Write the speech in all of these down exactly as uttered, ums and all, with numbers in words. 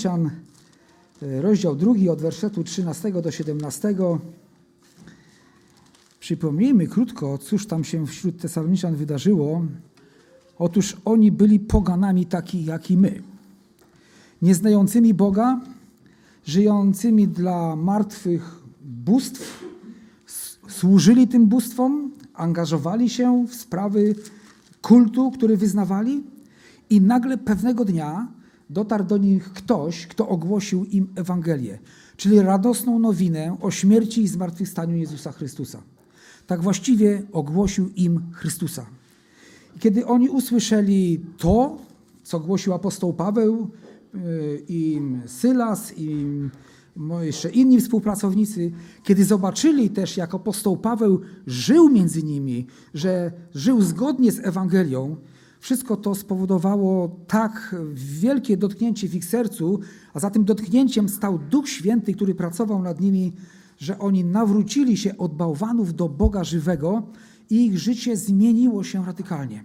Tesaloniczan, rozdział drugi, od wersetu trzynastego do siedemnastego. Przypomnijmy krótko, cóż tam się wśród Tesaloniczan wydarzyło. Otóż oni byli poganami taki jak i my, nieznającymi Boga, żyjącymi dla martwych bóstw, służyli tym bóstwom, angażowali się w sprawy kultu, który wyznawali, i nagle pewnego dnia dotarł do nich ktoś, kto ogłosił im Ewangelię, czyli radosną nowinę o śmierci i zmartwychwstaniu Jezusa Chrystusa. Tak właściwie ogłosił im Chrystusa. I kiedy oni usłyszeli to, co głosił apostoł Paweł i Sylas i jeszcze inni współpracownicy, kiedy zobaczyli też, jak apostoł Paweł żył między nimi, że żył zgodnie z Ewangelią, wszystko to spowodowało tak wielkie dotknięcie w ich sercu, a za tym dotknięciem stał Duch Święty, który pracował nad nimi, że oni nawrócili się od bałwanów do Boga żywego i ich życie zmieniło się radykalnie.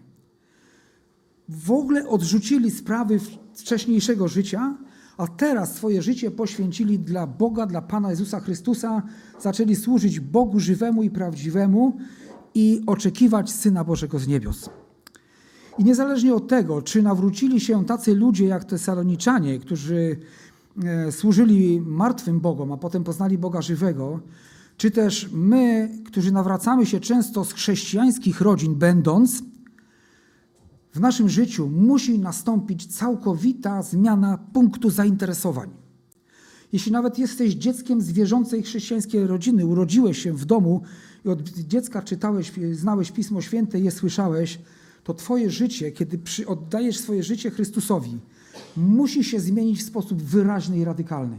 W ogóle odrzucili sprawy wcześniejszego życia, a teraz swoje życie poświęcili dla Boga, dla Pana Jezusa Chrystusa, zaczęli służyć Bogu żywemu i prawdziwemu i oczekiwać Syna Bożego z niebios. I niezależnie od tego, czy nawrócili się tacy ludzie jak Tesaloniczanie, którzy służyli martwym Bogom, a potem poznali Boga żywego, czy też my, którzy nawracamy się często z chrześcijańskich rodzin będąc, w naszym życiu musi nastąpić całkowita zmiana punktu zainteresowań. Jeśli nawet jesteś dzieckiem z wierzącej chrześcijańskiej rodziny, urodziłeś się w domu i od dziecka czytałeś, znałeś Pismo Święte i je słyszałeś, to twoje życie, kiedy przy, oddajesz swoje życie Chrystusowi, musi się zmienić w sposób wyraźny i radykalny.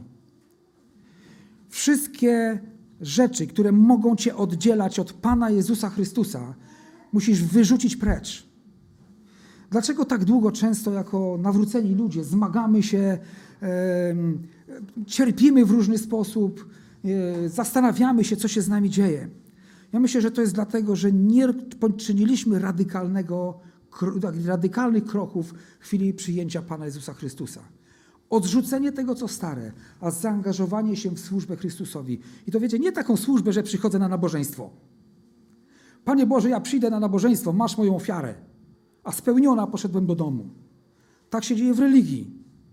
Wszystkie rzeczy, które mogą cię oddzielać od Pana Jezusa Chrystusa, musisz wyrzucić precz. Dlaczego tak długo często jako nawróceni ludzie zmagamy się, e, cierpimy w różny sposób, e, zastanawiamy się, co się z nami dzieje? Ja myślę, że to jest dlatego, że nie poczyniliśmy radykalnego, radykalnych kroków w chwili przyjęcia Pana Jezusa Chrystusa. Odrzucenie tego, co stare, a zaangażowanie się w służbę Chrystusowi. I to wiecie, nie taką służbę, że przychodzę na nabożeństwo. Panie Boże, ja przyjdę na nabożeństwo, masz moją ofiarę. A spełniona, poszedłem do domu. Tak się dzieje w religii.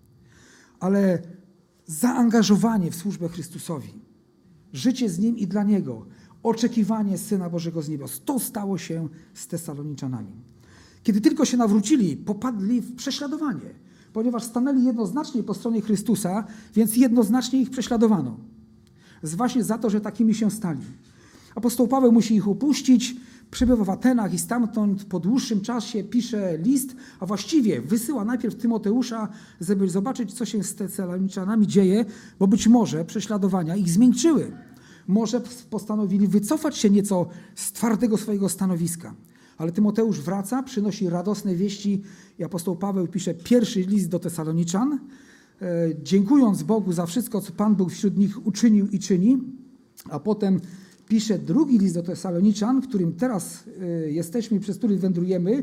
Ale zaangażowanie w służbę Chrystusowi, życie z Nim i dla Niego, oczekiwanie Syna Bożego z niebios, to stało się z Tesaloniczanami. Kiedy tylko się nawrócili, popadli w prześladowanie, ponieważ stanęli jednoznacznie po stronie Chrystusa, więc jednoznacznie ich prześladowano. Właśnie za to, że takimi się stali. Apostoł Paweł musi ich opuścić, przybywa w Atenach i stamtąd po dłuższym czasie pisze list, a właściwie wysyła najpierw Tymoteusza, żeby zobaczyć, co się z Tesaloniczanami dzieje, bo być może prześladowania ich zmiękczyły. Może postanowili wycofać się nieco z twardego swojego stanowiska. Ale Tymoteusz wraca, przynosi radosne wieści i apostoł Paweł pisze pierwszy list do Tesaloniczan, dziękując Bogu za wszystko, co Pan Bóg wśród nich uczynił i czyni, a potem pisze drugi list do Tesaloniczan, w którym teraz jesteśmy, przez który wędrujemy,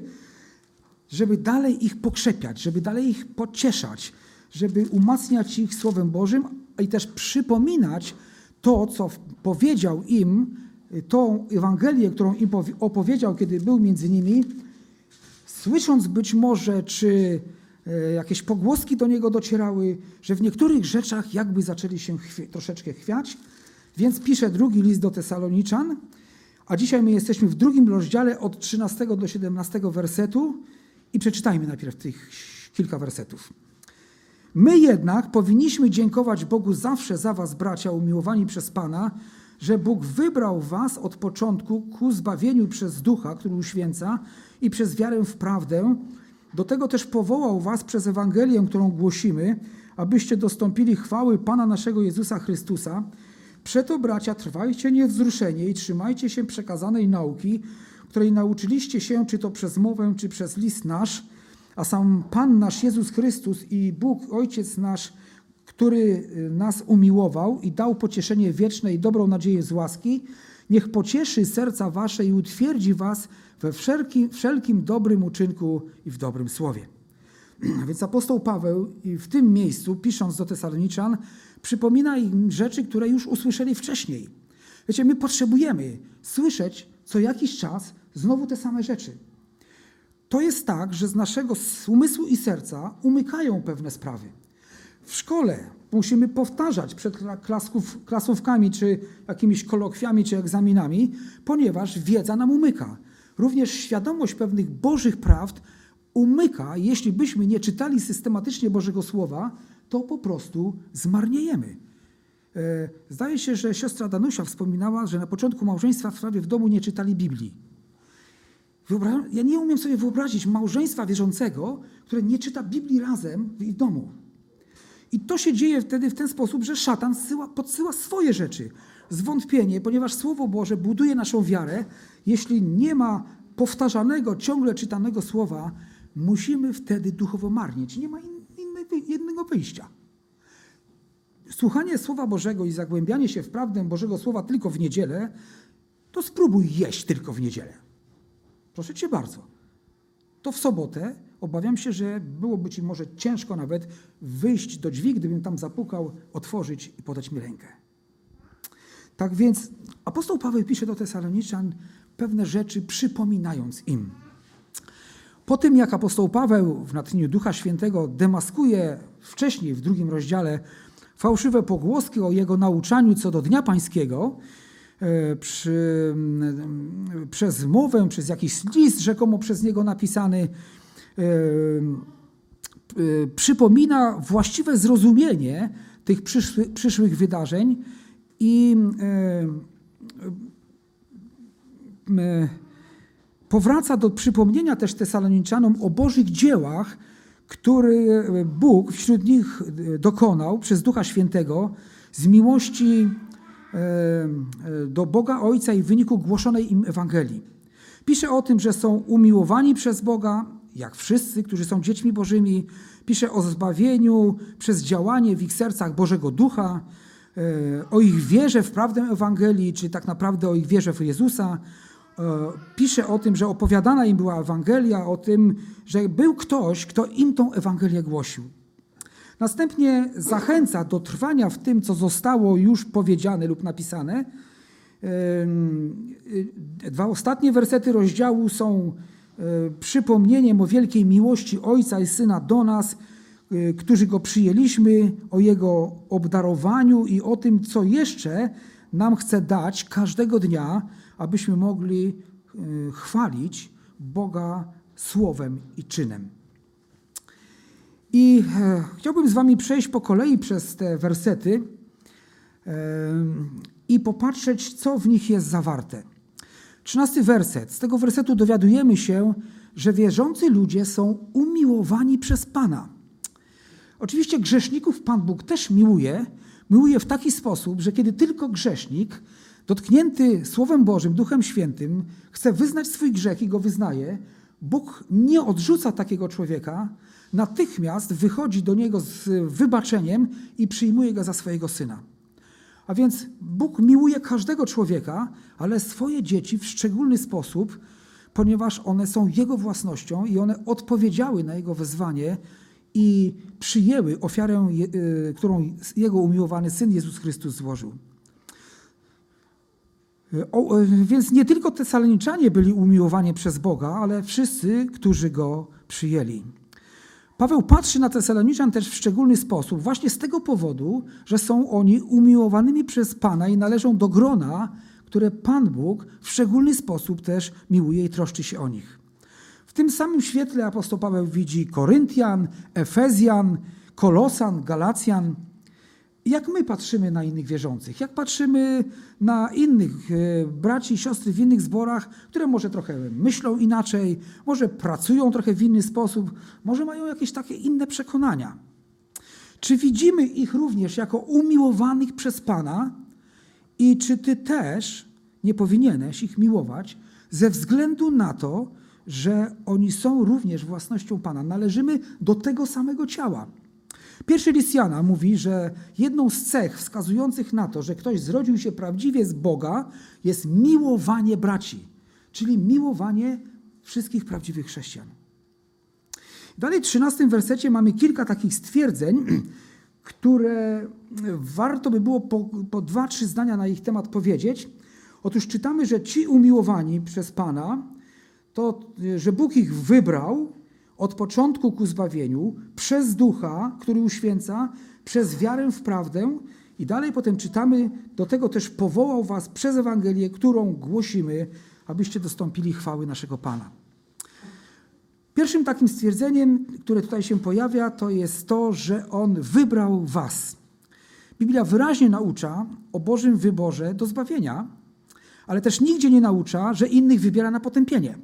żeby dalej ich pokrzepiać, żeby dalej ich pocieszać, żeby umacniać ich Słowem Bożym i też przypominać to, co powiedział im, tą Ewangelię, którą im opowiedział, kiedy był między nimi, słysząc być może, czy jakieś pogłoski do niego docierały, że w niektórych rzeczach jakby zaczęli się chwi- troszeczkę chwiać, więc pisze drugi list do Tesaloniczan, a dzisiaj my jesteśmy w drugim rozdziale od trzynastego do siedemnastego wersetu i przeczytajmy najpierw tych kilka wersetów. My jednak powinniśmy dziękować Bogu zawsze za was, bracia, umiłowani przez Pana, że Bóg wybrał was od początku ku zbawieniu przez Ducha, który uświęca, i przez wiarę w prawdę. Do tego też powołał was przez Ewangelię, którą głosimy, abyście dostąpili chwały Pana naszego Jezusa Chrystusa. Przeto, bracia, trwajcie niewzruszenie i trzymajcie się przekazanej nauki, której nauczyliście się, czy to przez mowę, czy przez list nasz, a sam Pan nasz Jezus Chrystus i Bóg, Ojciec nasz, który nas umiłował i dał pocieszenie wieczne i dobrą nadzieję z łaski, niech pocieszy serca wasze i utwierdzi was we wszelkim, wszelkim dobrym uczynku i w dobrym słowie. Więc apostoł Paweł w tym miejscu, pisząc do Tesaloniczan, przypomina im rzeczy, które już usłyszeli wcześniej. Wiecie, my potrzebujemy słyszeć co jakiś czas znowu te same rzeczy. To jest tak, że z naszego umysłu i serca umykają pewne sprawy. W szkole musimy powtarzać przed klasków, klasówkami, czy jakimiś kolokwiami, czy egzaminami, ponieważ wiedza nam umyka. Również świadomość pewnych Bożych prawd umyka. Jeśli byśmy nie czytali systematycznie Bożego Słowa, to po prostu zmarniejemy. Zdaje się, że siostra Danusia wspominała, że na początku małżeństwa prawie w domu nie czytali Biblii. Wyobra- ja nie umiem sobie wyobrazić małżeństwa wierzącego, które nie czyta Biblii razem w ich domu. I to się dzieje wtedy w ten sposób, że szatan zsyła, podsyła swoje rzeczy. Zwątpienie, ponieważ Słowo Boże buduje naszą wiarę. Jeśli nie ma powtarzanego, ciągle czytanego słowa, musimy wtedy duchowo marnieć. Nie ma in, innego, innego wyjścia. Słuchanie Słowa Bożego i zagłębianie się w prawdę Bożego Słowa tylko w niedzielę, to spróbuj jeść tylko w niedzielę. Proszę cię bardzo. To w sobotę obawiam się, że byłoby ci może ciężko nawet wyjść do drzwi, gdybym tam zapukał, otworzyć i podać mi rękę. Tak więc apostoł Paweł pisze do Tesaloniczan pewne rzeczy, przypominając im. Po tym, jak apostoł Paweł w natchnieniu Ducha Świętego demaskuje wcześniej w drugim rozdziale fałszywe pogłoski o jego nauczaniu co do Dnia Pańskiego, przy, przez mowę, przez jakiś list rzekomo przez niego napisany, przypomina właściwe zrozumienie tych przyszły, przyszłych wydarzeń i powraca do przypomnienia też Tesaloniczannom o Bożych dziełach, które Bóg wśród nich dokonał przez Ducha Świętego z miłości do Boga Ojca i w wyniku głoszonej im Ewangelii. Pisze o tym, że są umiłowani przez Boga, jak wszyscy, którzy są dziećmi Bożymi. Pisze o zbawieniu przez działanie w ich sercach Bożego Ducha, o ich wierze w prawdę Ewangelii, czy tak naprawdę o ich wierze w Jezusa. Pisze o tym, że opowiadana im była Ewangelia, o tym, że był ktoś, kto im tą Ewangelię głosił. Następnie zachęca do trwania w tym, co zostało już powiedziane lub napisane. Dwa ostatnie wersety rozdziału są przypomnieniem o wielkiej miłości Ojca i Syna do nas, którzy Go przyjęliśmy, o Jego obdarowaniu i o tym, co jeszcze nam chce dać każdego dnia, abyśmy mogli chwalić Boga słowem i czynem. I e, chciałbym z wami przejść po kolei przez te wersety e, i popatrzeć, co w nich jest zawarte. Trzynasty werset. Z tego wersetu dowiadujemy się, że wierzący ludzie są umiłowani przez Pana. Oczywiście grzeszników Pan Bóg też miłuje. Miłuje w taki sposób, że kiedy tylko grzesznik, dotknięty Słowem Bożym, Duchem Świętym, chce wyznać swój grzech i go wyznaje, Bóg nie odrzuca takiego człowieka, natychmiast wychodzi do niego z wybaczeniem i przyjmuje go za swojego syna. A więc Bóg miłuje każdego człowieka, ale swoje dzieci w szczególny sposób, ponieważ one są Jego własnością i one odpowiedziały na Jego wezwanie i przyjęły ofiarę, którą Jego umiłowany Syn Jezus Chrystus złożył. O, więc nie tylko Tesaloniczanie byli umiłowani przez Boga, ale wszyscy, którzy Go przyjęli. Paweł patrzy na Tesaloniczan też w szczególny sposób, właśnie z tego powodu, że są oni umiłowanymi przez Pana i należą do grona, które Pan Bóg w szczególny sposób też miłuje i troszczy się o nich. W tym samym świetle apostoł Paweł widzi Koryntian, Efezjan, Kolosan, Galacjan. Jak my patrzymy na innych wierzących? Jak patrzymy na innych braci i siostry w innych zborach, które może trochę myślą inaczej, może pracują trochę w inny sposób, może mają jakieś takie inne przekonania? Czy widzimy ich również jako umiłowanych przez Pana i czy ty też nie powinieneś ich miłować ze względu na to, że oni są również własnością Pana? Należymy do tego samego ciała. Pierwszy list Jana mówi, że jedną z cech wskazujących na to, że ktoś zrodził się prawdziwie z Boga, jest miłowanie braci, czyli miłowanie wszystkich prawdziwych chrześcijan. Dalej w trzynastym wersecie mamy kilka takich stwierdzeń, które warto by było po, po dwa, trzy zdania na ich temat powiedzieć. Otóż czytamy, że ci umiłowani przez Pana, to, że Bóg ich wybrał od początku ku zbawieniu, przez Ducha, który uświęca, przez wiarę w prawdę. I dalej potem czytamy, do tego też powołał was przez Ewangelię, którą głosimy, abyście dostąpili chwały naszego Pana. Pierwszym takim stwierdzeniem, które tutaj się pojawia, to jest to, że On wybrał was. Biblia wyraźnie naucza o Bożym wyborze do zbawienia, ale też nigdzie nie naucza, że innych wybiera na potępienie.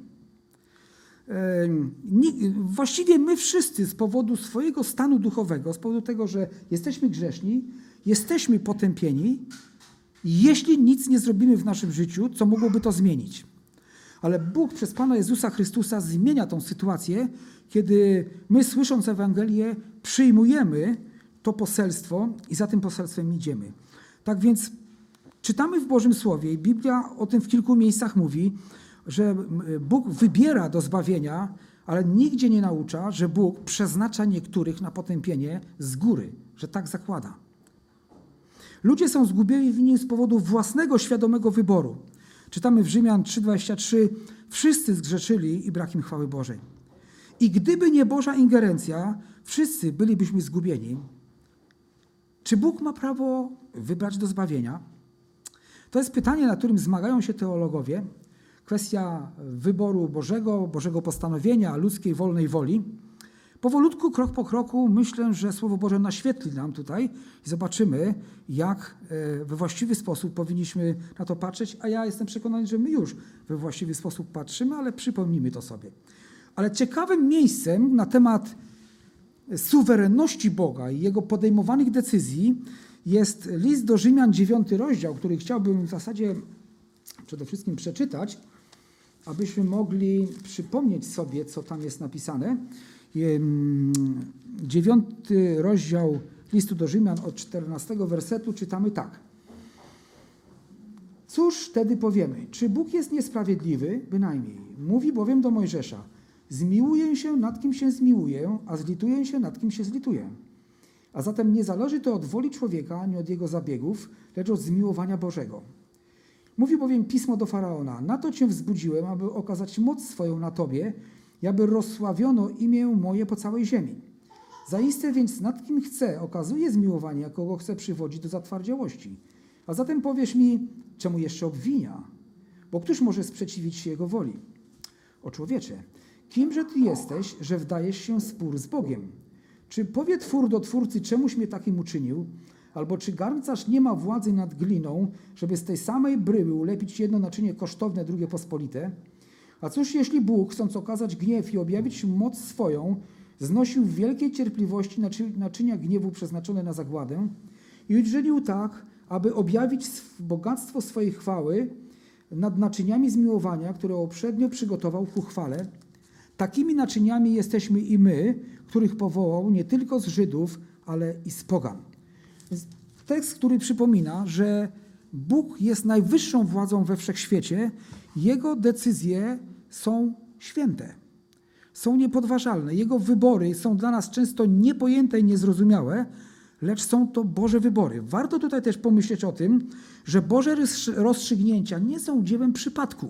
Właściwie my wszyscy z powodu swojego stanu duchowego, z powodu tego, że jesteśmy grzeszni, jesteśmy potępieni, jeśli nic nie zrobimy w naszym życiu, co mogłoby to zmienić. Ale Bóg przez Pana Jezusa Chrystusa zmienia tą sytuację, kiedy my, słysząc Ewangelię, przyjmujemy to poselstwo i za tym poselstwem idziemy. Tak więc czytamy w Bożym Słowie, i Biblia o tym w kilku miejscach mówi, że Bóg wybiera do zbawienia, ale nigdzie nie naucza, że Bóg przeznacza niektórych na potępienie z góry, że tak zakłada. Ludzie są zgubieni w nim z powodu własnego świadomego wyboru. Czytamy w Rzymian trzy dwadzieścia trzy, wszyscy zgrzeszyli i brak im chwały Bożej. I gdyby nie Boża ingerencja, wszyscy bylibyśmy zgubieni. Czy Bóg ma prawo wybrać do zbawienia? To jest pytanie, na którym zmagają się teologowie. Kwestia wyboru Bożego, Bożego postanowienia, ludzkiej wolnej woli. Powolutku, krok po kroku myślę, że Słowo Boże naświetli nam tutaj i zobaczymy, jak we właściwy sposób powinniśmy na to patrzeć, a ja jestem przekonany, że my już we właściwy sposób patrzymy, ale przypomnijmy to sobie. Ale ciekawym miejscem na temat suwerenności Boga i Jego podejmowanych decyzji jest list do Rzymian, dziewiąty rozdział, który chciałbym w zasadzie przede wszystkim przeczytać, abyśmy mogli przypomnieć sobie, co tam jest napisane. Dziewiąty rozdział listu do Rzymian od czternastego wersetu czytamy tak. Cóż wtedy powiemy? Czy Bóg jest niesprawiedliwy? Bynajmniej. Mówi bowiem do Mojżesza, zmiłuję się nad kim się zmiłuję, a zlituję się nad kim się zlituję. A zatem nie zależy to od woli człowieka, ani od jego zabiegów, lecz od zmiłowania Bożego. Mówi bowiem Pismo do Faraona, na to cię wzbudziłem, aby okazać moc swoją na tobie, i aby rozsławiono imię moje po całej ziemi. Zaiste więc nad kim chcę, okazuje zmiłowanie, a kogo chcę przywodzić do zatwardziałości. A zatem powiesz mi, czemu jeszcze obwinia? Bo któż może sprzeciwić się jego woli? O człowiecze, kimże ty jesteś, że wdajesz się w spór z Bogiem? Czy powie twór do twórcy, czemuś mnie takim uczynił? Albo czy garncarz nie ma władzy nad gliną, żeby z tej samej bryły ulepić jedno naczynie kosztowne, drugie pospolite? A cóż jeśli Bóg, chcąc okazać gniew i objawić moc swoją, znosił w wielkiej cierpliwości naczynia gniewu przeznaczone na zagładę i uczynił tak, aby objawić bogactwo swojej chwały nad naczyniami zmiłowania, które uprzednio przygotował ku chwale? Takimi naczyniami jesteśmy i my, których powołał nie tylko z Żydów, ale i z pogan. Więc tekst, który przypomina, że Bóg jest najwyższą władzą we wszechświecie, Jego decyzje są święte, są niepodważalne. Jego wybory są dla nas często niepojęte i niezrozumiałe, lecz są to Boże wybory. Warto tutaj też pomyśleć o tym, że Boże rozstrzygnięcia nie są dziełem przypadku,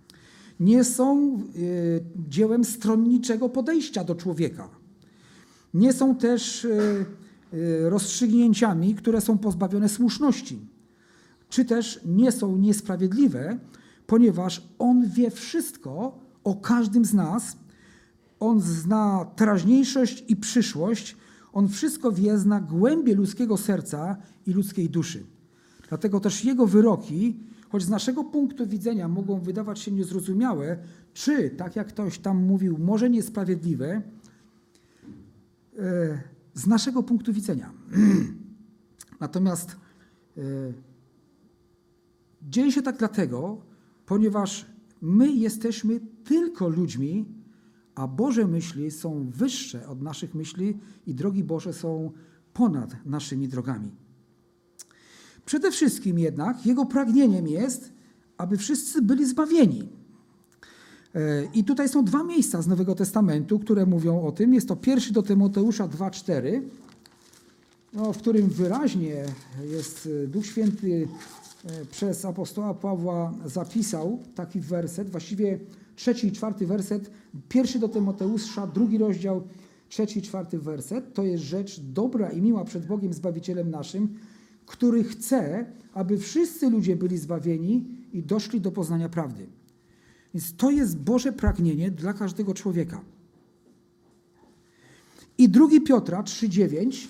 nie są y, dziełem stronniczego podejścia do człowieka, nie są też y, y, rozstrzygnięciami, które są pozbawione słuszności, czy też nie są niesprawiedliwe, ponieważ On wie wszystko o każdym z nas. On zna teraźniejszość i przyszłość. On wszystko wie, zna głębię ludzkiego serca i ludzkiej duszy. Dlatego też Jego wyroki, choć z naszego punktu widzenia mogą wydawać się niezrozumiałe, czy, tak jak ktoś tam mówił, może niesprawiedliwe, z naszego punktu widzenia. Natomiast dzieje się tak dlatego, ponieważ my jesteśmy tylko ludźmi, a Boże myśli są wyższe od naszych myśli i drogi Boże są ponad naszymi drogami. Przede wszystkim jednak Jego pragnieniem jest, aby wszyscy byli zbawieni. I tutaj są dwa miejsca z Nowego Testamentu, które mówią o tym. Jest to pierwszy do Tymoteusza dwa cztery, no, w którym wyraźnie jest Duch Święty przez apostoła Pawła zapisał taki werset, właściwie trzeci i czwarty werset, pierwszy do Tymoteusza, drugi rozdział, trzeci i czwarty werset. To jest rzecz dobra i miła przed Bogiem Zbawicielem naszym, który chce, aby wszyscy ludzie byli zbawieni i doszli do poznania prawdy. Więc to jest Boże pragnienie dla każdego człowieka. I drugi Piotra trzy dziewięć.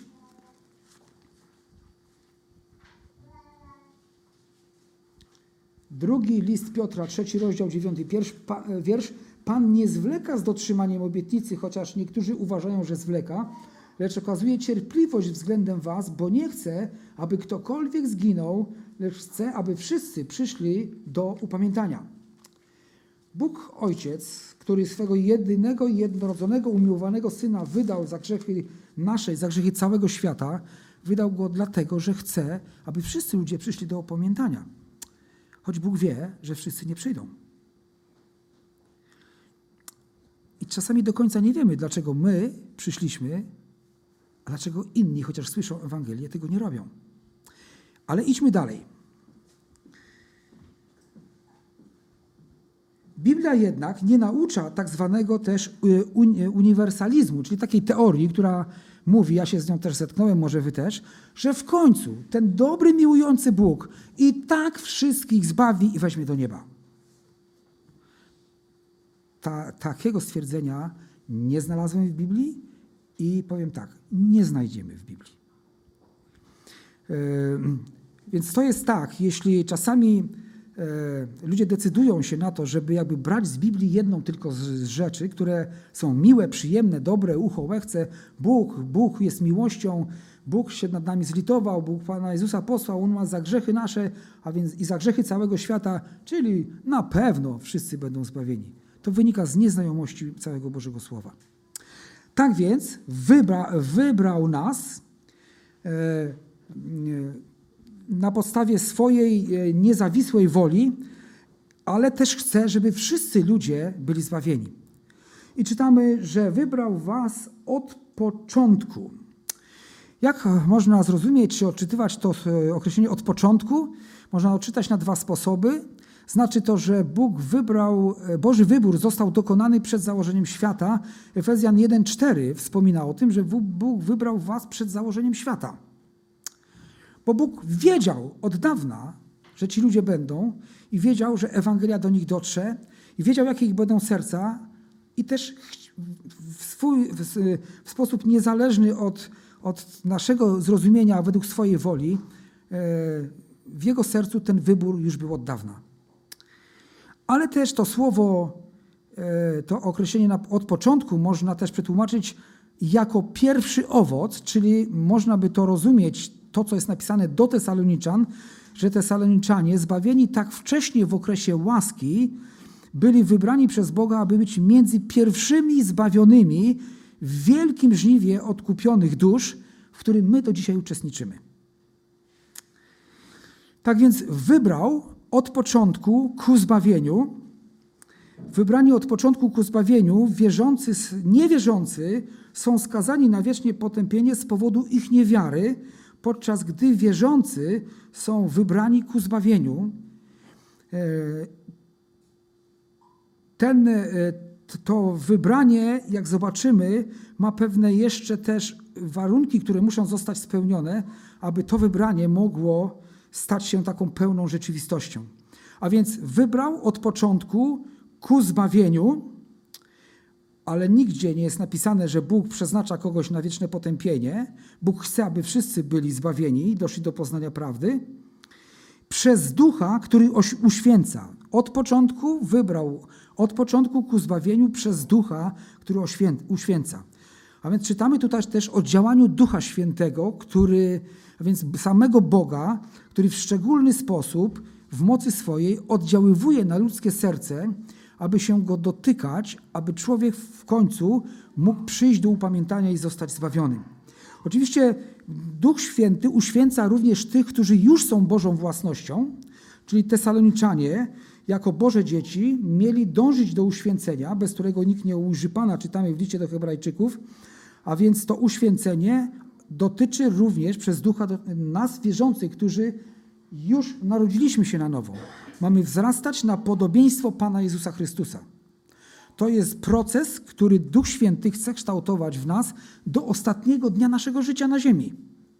Drugi list Piotra, trzeci rozdział, dziewiąty wiersz. Pan nie zwleka z dotrzymaniem obietnicy, chociaż niektórzy uważają, że zwleka, lecz okazuje cierpliwość względem was, bo nie chce, aby ktokolwiek zginął, lecz chce, aby wszyscy przyszli do upamiętania. Bóg Ojciec, który swego jedynego i jednorodzonego umiłowanego Syna wydał za grzechy nasze, za grzechy całego świata, wydał Go dlatego, że chce, aby wszyscy ludzie przyszli do upamiętania. Choć Bóg wie, że wszyscy nie przyjdą. I czasami do końca nie wiemy, dlaczego my przyszliśmy, a dlaczego inni, chociaż słyszą Ewangelię, tego nie robią. Ale idźmy dalej. Biblia jednak nie naucza tak zwanego też uniwersalizmu, czyli takiej teorii, która mówi, ja się z nią też zetknąłem, może wy też, że w końcu ten dobry, miłujący Bóg i tak wszystkich zbawi i weźmie do nieba. Ta, takiego stwierdzenia nie znalazłem w Biblii i powiem tak, nie znajdziemy w Biblii. Yy, więc to jest tak, jeśli czasami yy, ludzie decydują się na to, żeby jakby brać z Biblii jedną tylko z, z rzeczy, które są miłe, przyjemne, dobre, ucho łechce, Bóg, Bóg jest miłością, Bóg się nad nami zlitował, Bóg Pana Jezusa posłał, On ma za grzechy nasze, a więc i za grzechy całego świata, czyli na pewno wszyscy będą zbawieni. To wynika z nieznajomości całego Bożego Słowa. Tak więc wybra, wybrał nas e, e, na podstawie swojej e, niezawisłej woli, ale też chce, żeby wszyscy ludzie byli zbawieni. I czytamy, że wybrał was od początku. Jak można zrozumieć, czy odczytywać to określenie od początku? Można odczytać na dwa sposoby. Znaczy to, że Bóg wybrał, Boży wybór został dokonany przed założeniem świata. Efezjan jeden cztery wspomina o tym, że Bóg wybrał was przed założeniem świata. Bo Bóg wiedział od dawna, że ci ludzie będą i wiedział, że Ewangelia do nich dotrze i wiedział, jakie ich będą serca i też w, swój, w, w sposób niezależny od, od naszego zrozumienia według swojej woli w jego sercu ten wybór już był od dawna. Ale też to słowo, to określenie od początku można też przetłumaczyć jako pierwszy owoc, czyli można by to rozumieć, to co jest napisane do Tesaloniczan, że Tesaloniczanie zbawieni tak wcześnie w okresie łaski byli wybrani przez Boga, aby być między pierwszymi zbawionymi w wielkim żniwie odkupionych dusz, w którym my do dzisiaj uczestniczymy. Tak więc wybrał od początku ku zbawieniu, wybrani od początku ku zbawieniu, wierzący, niewierzący są skazani na wieczne potępienie z powodu ich niewiary, podczas gdy wierzący są wybrani ku zbawieniu. Ten, to wybranie, jak zobaczymy, ma pewne jeszcze też warunki, które muszą zostać spełnione, aby to wybranie mogło stać się taką pełną rzeczywistością. A więc wybrał od początku ku zbawieniu, ale nigdzie nie jest napisane, że Bóg przeznacza kogoś na wieczne potępienie. Bóg chce, aby wszyscy byli zbawieni i doszli do poznania prawdy. Przez Ducha, który uświęca. Od początku wybrał, od początku ku zbawieniu przez Ducha, który uświęca. A więc czytamy tutaj też o działaniu Ducha Świętego, który, a więc samego Boga, który w szczególny sposób w mocy swojej oddziaływuje na ludzkie serce, aby się go dotykać, aby człowiek w końcu mógł przyjść do upamiętania i zostać zbawionym. Oczywiście Duch Święty uświęca również tych, którzy już są Bożą własnością, czyli Tesaloniczanie jako Boże dzieci mieli dążyć do uświęcenia, bez którego nikt nie ujrzy Pana, czytamy w liście do Hebrajczyków, a więc to uświęcenie dotyczy również przez Ducha nas wierzących, którzy już narodziliśmy się na nowo. Mamy wzrastać na podobieństwo Pana Jezusa Chrystusa. To jest proces, który Duch Święty chce kształtować w nas do ostatniego dnia naszego życia na ziemi.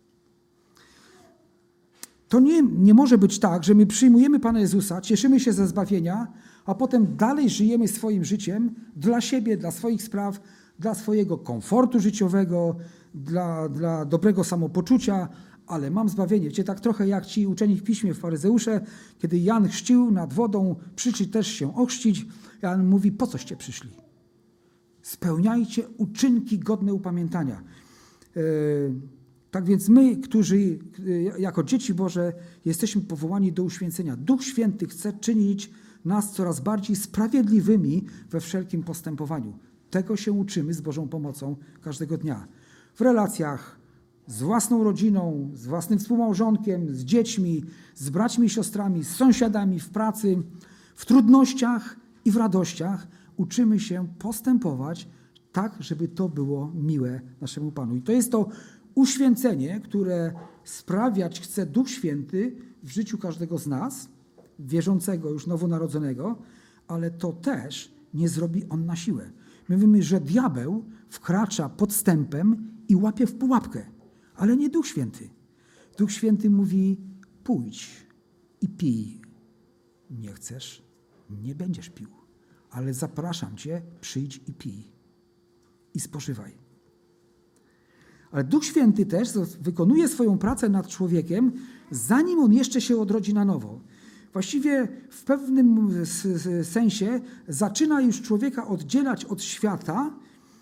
To nie, nie może być tak, że my przyjmujemy Pana Jezusa, cieszymy się ze zbawienia, a potem dalej żyjemy swoim życiem dla siebie, dla swoich spraw, dla swojego komfortu życiowego, dla, dla dobrego samopoczucia, ale mam zbawienie. Wiecie, tak trochę jak ci uczeni w Piśmie, faryzeusze, kiedy Jan chrzcił nad wodą, przyszli też się ochrzcić. Jan mówi, po coście przyszli? Spełniajcie uczynki godne upamiętania. Yy, tak więc my, którzy yy, jako dzieci Boże jesteśmy powołani do uświęcenia. Duch Święty chce czynić nas coraz bardziej sprawiedliwymi we wszelkim postępowaniu. Tego się uczymy z Bożą pomocą każdego dnia. W relacjach z własną rodziną, z własnym współmałżonkiem, z dziećmi, z braćmi i siostrami, z sąsiadami, w pracy, w trudnościach i w radościach uczymy się postępować tak, żeby to było miłe naszemu Panu. I to jest to uświęcenie, które sprawiać chce Duch Święty w życiu każdego z nas, wierzącego, już nowonarodzonego, ale to też nie zrobi on na siłę. My mówimy, że diabeł wkracza podstępem i łapie w pułapkę, ale nie Duch Święty. Duch Święty mówi, pójdź i pij. Nie chcesz, nie będziesz pił, ale zapraszam cię, przyjdź i pij. I spożywaj. Ale Duch Święty też wykonuje swoją pracę nad człowiekiem, zanim on jeszcze się odrodzi na nowo. Właściwie w pewnym sensie zaczyna już człowieka oddzielać od świata,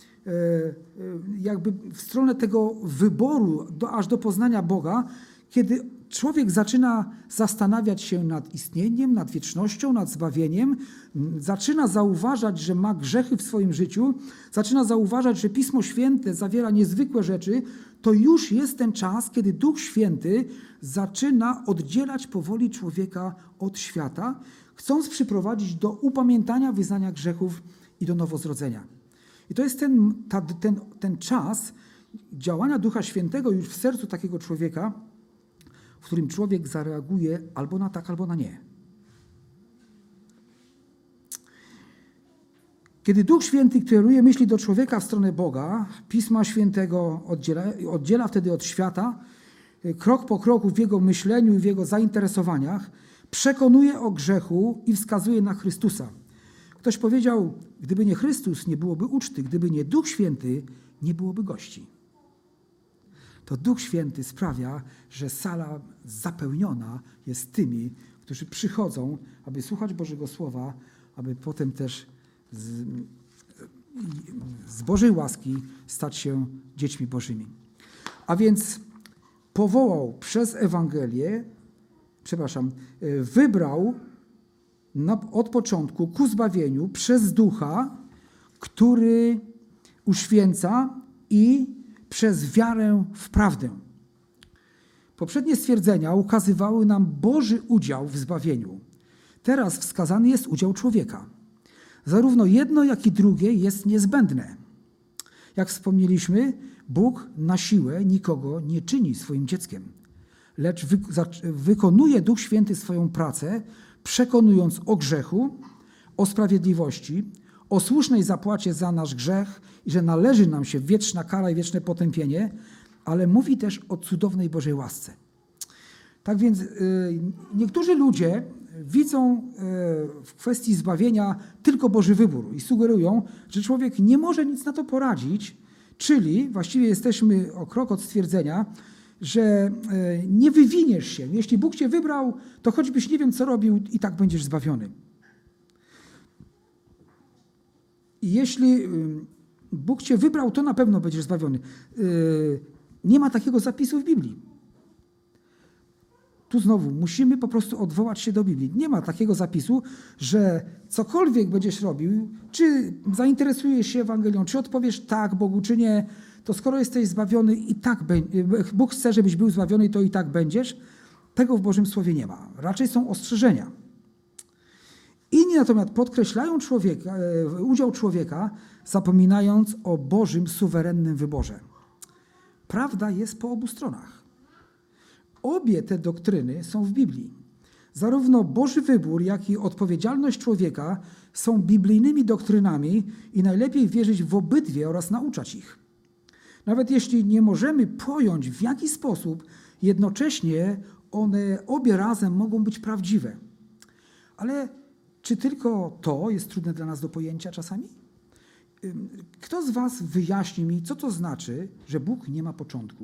jakby w stronę tego wyboru do, aż do poznania Boga, kiedy człowiek zaczyna zastanawiać się nad istnieniem, nad wiecznością, nad zbawieniem, zaczyna zauważać, że ma grzechy w swoim życiu, zaczyna zauważać, że Pismo Święte zawiera niezwykłe rzeczy, to już jest ten czas, kiedy Duch Święty zaczyna oddzielać powoli człowieka od świata, chcąc przyprowadzić do upamiętania, wyznania grzechów i do nowozrodzenia. I to jest ten, ta, ten, ten czas działania Ducha Świętego już w sercu takiego człowieka, w którym człowiek zareaguje albo na tak, albo na nie. Kiedy Duch Święty kieruje myśli do człowieka w stronę Boga, Pisma Świętego oddziela, oddziela wtedy od świata, krok po kroku w jego myśleniu i w jego zainteresowaniach, przekonuje o grzechu i wskazuje na Chrystusa. Ktoś powiedział, gdyby nie Chrystus, nie byłoby uczty, gdyby nie Duch Święty, nie byłoby gości. To Duch Święty sprawia, że sala zapełniona jest tymi, którzy przychodzą, aby słuchać Bożego Słowa, aby potem też z, z Bożej łaski stać się dziećmi Bożymi. A więc powołał przez Ewangelię, przepraszam, wybrał na, od początku ku zbawieniu przez Ducha, który uświęca i przez wiarę w prawdę. Poprzednie stwierdzenia ukazywały nam Boży udział w zbawieniu. Teraz wskazany jest udział człowieka. Zarówno jedno, jak i drugie jest niezbędne. Jak wspomnieliśmy, Bóg na siłę nikogo nie czyni swoim dzieckiem, lecz wy, za, wykonuje Duch Święty swoją pracę, przekonując o grzechu, o sprawiedliwości, o słusznej zapłacie za nasz grzech i że należy nam się wieczna kara i wieczne potępienie, ale mówi też o cudownej Bożej łasce. Tak więc y, niektórzy ludzie widzą y, w kwestii zbawienia tylko Boży wybór i sugerują, że człowiek nie może nic na to poradzić, czyli właściwie jesteśmy o krok od stwierdzenia, że y, nie wywiniesz się. Jeśli Bóg cię wybrał, to choćbyś nie wiem co robił, i tak będziesz zbawiony. I jeśli Bóg cię wybrał, to na pewno będziesz zbawiony. Nie ma takiego zapisu w Biblii. Tu znowu musimy po prostu odwołać się do Biblii. Nie ma takiego zapisu, że cokolwiek będziesz robił, czy zainteresujesz się Ewangelią, czy odpowiesz tak Bogu, czy nie, to skoro jesteś zbawiony i tak Bóg chce, żebyś był zbawiony, to i tak będziesz. Tego w Bożym Słowie nie ma. Raczej są ostrzeżenia. Inni natomiast podkreślają człowieka, udział człowieka, zapominając o Bożym suwerennym wyborze. Prawda jest po obu stronach. Obie te doktryny są w Biblii. Zarówno Boży wybór, jak i odpowiedzialność człowieka są biblijnymi doktrynami i najlepiej wierzyć w obydwie oraz nauczać ich. Nawet jeśli nie możemy pojąć, w jaki sposób jednocześnie one obie razem mogą być prawdziwe. Ale czy tylko to jest trudne dla nas do pojęcia czasami? Kto z was wyjaśni mi, co to znaczy, że Bóg nie ma początku?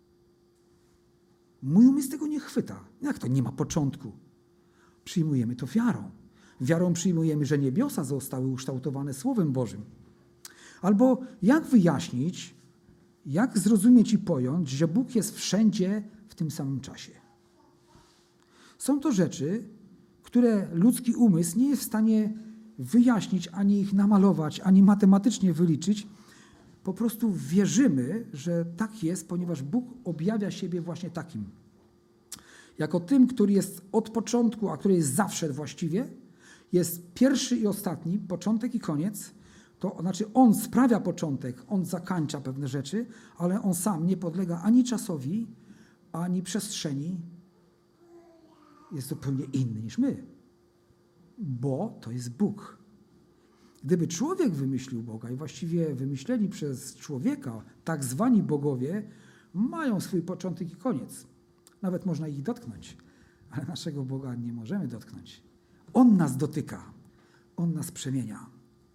Mój umysł tego nie chwyta. Jak to nie ma początku? Przyjmujemy to wiarą. Wiarą przyjmujemy, że niebiosa zostały ukształtowane Słowem Bożym. Albo jak wyjaśnić, jak zrozumieć i pojąć, że Bóg jest wszędzie w tym samym czasie? Są to rzeczy, które ludzki umysł nie jest w stanie wyjaśnić, ani ich namalować, ani matematycznie wyliczyć. Po prostu wierzymy, że tak jest, ponieważ Bóg objawia siebie właśnie takim. Jako tym, który jest od początku, a który jest zawsze właściwie, jest pierwszy i ostatni, początek i koniec. To znaczy On sprawia początek, On zakańcza pewne rzeczy, ale On sam nie podlega ani czasowi, ani przestrzeni. Jest zupełnie inny niż my, bo to jest Bóg. Gdyby człowiek wymyślił Boga i właściwie wymyśleni przez człowieka tak zwani bogowie mają swój początek i koniec. Nawet można ich dotknąć, ale naszego Boga nie możemy dotknąć. On nas dotyka, On nas przemienia.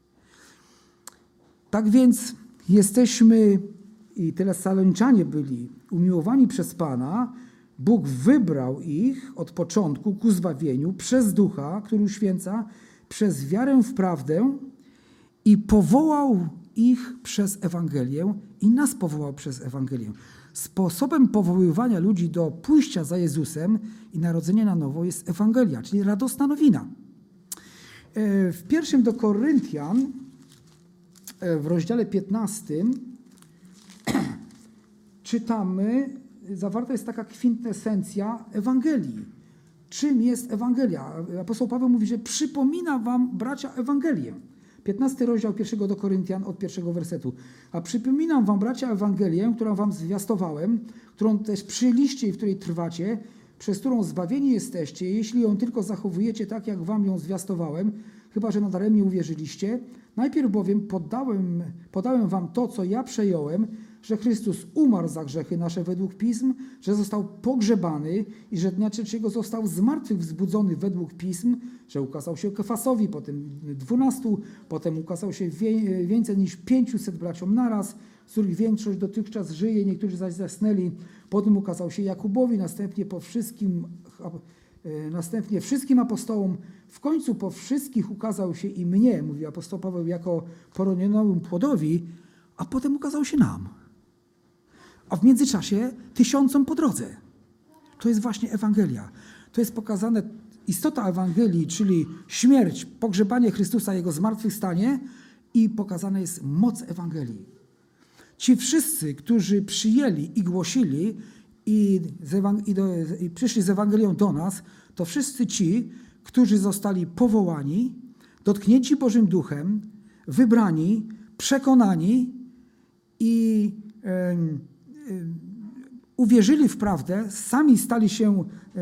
Tak więc jesteśmy, i Tesaloniczanie byli umiłowani przez Pana. Bóg wybrał ich od początku ku zbawieniu przez Ducha, który uświęca, przez wiarę w prawdę i powołał ich przez Ewangelię i nas powołał przez Ewangelię. Sposobem powoływania ludzi do pójścia za Jezusem i narodzenia na nowo jest Ewangelia, czyli radosna nowina. W pierwszym do Koryntian, w rozdziale piętnastym, czytamy, zawarta jest taka kwintesencja Ewangelii. Czym jest Ewangelia? Apostoł Paweł mówi, że przypomina wam, bracia, Ewangelię. piętnasty rozdział pierwszego do Koryntian od pierwszego wersetu. A przypominam wam, bracia, Ewangelię, którą wam zwiastowałem, którą też przyjęliście i w której trwacie, przez którą zbawieni jesteście, jeśli ją tylko zachowujecie tak, jak wam ją zwiastowałem, chyba że nadaremnie uwierzyliście. Najpierw bowiem poddałem, podałem wam to, co ja przejąłem, że Chrystus umarł za grzechy nasze według Pism, że został pogrzebany i że dnia trzeciego został z martwych wzbudzony według Pism, że ukazał się Kefasowi, potem dwunastu, potem ukazał się wie, więcej niż pięciuset braciom naraz, z których większość dotychczas żyje, niektórzy zaś zasnęli. Potem ukazał się Jakubowi, następnie po wszystkim, następnie wszystkim apostołom, w końcu po wszystkich ukazał się i mnie, mówi apostoł Paweł, jako poronionemu płodowi, a potem ukazał się nam. A w międzyczasie tysiącom po drodze. To jest właśnie Ewangelia. To jest pokazane istota Ewangelii, czyli śmierć, pogrzebanie Chrystusa, Jego zmartwychwstanie i pokazana jest moc Ewangelii. Ci wszyscy, którzy przyjęli i głosili i, i, do, i przyszli z Ewangelią do nas, to wszyscy ci, którzy zostali powołani, dotknięci Bożym Duchem, wybrani, przekonani i e, e, uwierzyli w prawdę, sami stali się, e,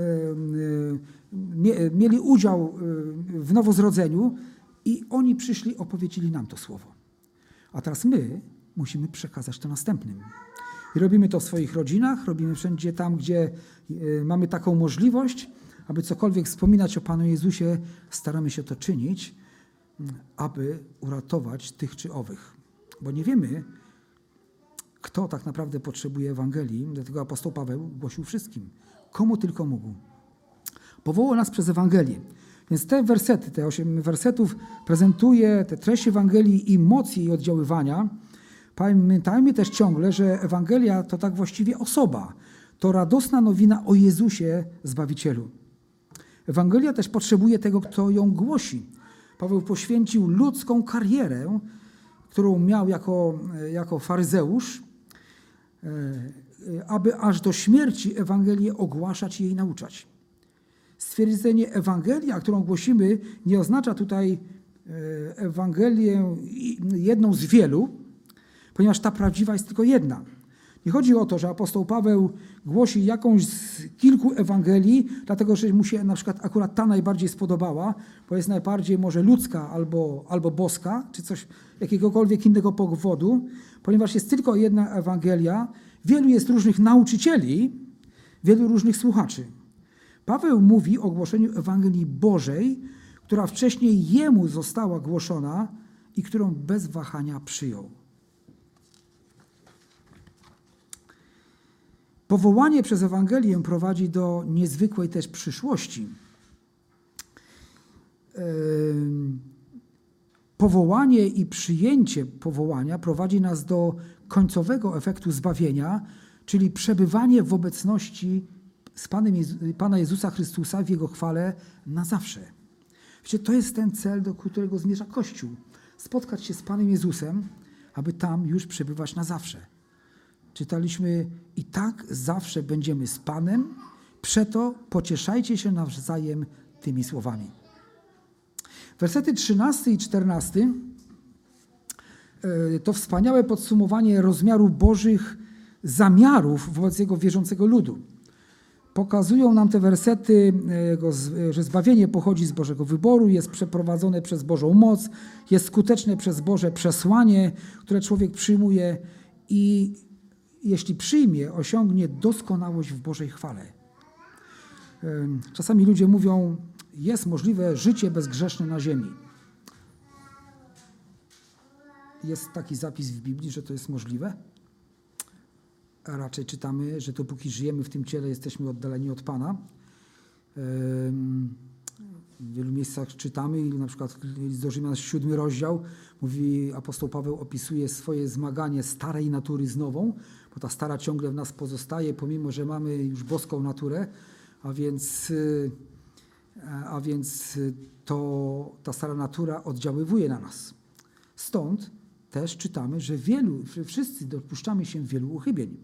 e, mieli udział w nowozrodzeniu i oni przyszli, opowiedzieli nam to słowo. A teraz my musimy przekazać to następnym. I robimy to w swoich rodzinach, robimy wszędzie tam, gdzie mamy taką możliwość, aby cokolwiek wspominać o Panu Jezusie, staramy się to czynić, aby uratować tych czy owych. Bo nie wiemy, kto tak naprawdę potrzebuje Ewangelii, dlatego apostoł Paweł głosił wszystkim, komu tylko mógł. Powołał nas przez Ewangelię. Więc te wersety, te osiem wersetów prezentuje te treść Ewangelii i moc jej oddziaływania. Pamiętajmy też ciągle, że Ewangelia to tak właściwie osoba. To radosna nowina o Jezusie Zbawicielu. Ewangelia też potrzebuje tego, kto ją głosi. Paweł poświęcił ludzką karierę, którą miał jako, jako faryzeusz, aby aż do śmierci Ewangelię ogłaszać i jej nauczać. Stwierdzenie Ewangelia, którą głosimy, nie oznacza tutaj Ewangelię jedną z wielu, ponieważ ta prawdziwa jest tylko jedna. Nie chodzi o to, że apostoł Paweł głosi jakąś z kilku Ewangelii, dlatego że mu się na przykład akurat ta najbardziej spodobała, bo jest najbardziej może ludzka albo, albo boska, czy coś jakiegokolwiek innego powodu, ponieważ jest tylko jedna Ewangelia, wielu jest różnych nauczycieli, wielu różnych słuchaczy. Paweł mówi o głoszeniu Ewangelii Bożej, która wcześniej jemu została głoszona i którą bez wahania przyjął. Powołanie przez Ewangelię prowadzi do niezwykłej też przyszłości. Powołanie i przyjęcie powołania prowadzi nas do końcowego efektu zbawienia, czyli przebywanie w obecności z Panem Jezu- Pana Jezusa Chrystusa w Jego chwale na zawsze. Wiecie, to jest ten cel, do którego zmierza Kościół. Spotkać się z Panem Jezusem, aby tam już przebywać na zawsze. Czytaliśmy, i tak zawsze będziemy z Panem, przeto pocieszajcie się nawzajem tymi słowami. Wersety trzynasty i czternasty to wspaniałe podsumowanie rozmiaru Bożych zamiarów wobec Jego wierzącego ludu. Pokazują nam te wersety, że zbawienie pochodzi z Bożego wyboru, jest przeprowadzone przez Bożą moc, jest skuteczne przez Boże przesłanie, które człowiek przyjmuje i jeśli przyjmie, osiągnie doskonałość w Bożej chwale. Czasami ludzie mówią, jest możliwe życie bezgrzeszne na ziemi. Jest taki zapis w Biblii, że to jest możliwe? A raczej czytamy, że dopóki żyjemy w tym ciele, jesteśmy oddaleni od Pana. W wielu miejscach czytamy, na przykład list do Rzymian, siódmy rozdział, mówi, apostoł Paweł opisuje swoje zmaganie starej natury z nową, bo ta stara ciągle w nas pozostaje, pomimo że mamy już boską naturę, a więc, a więc to, ta stara natura oddziaływuje na nas. Stąd też czytamy, że wielu, że wszyscy dopuszczamy się wielu uchybień.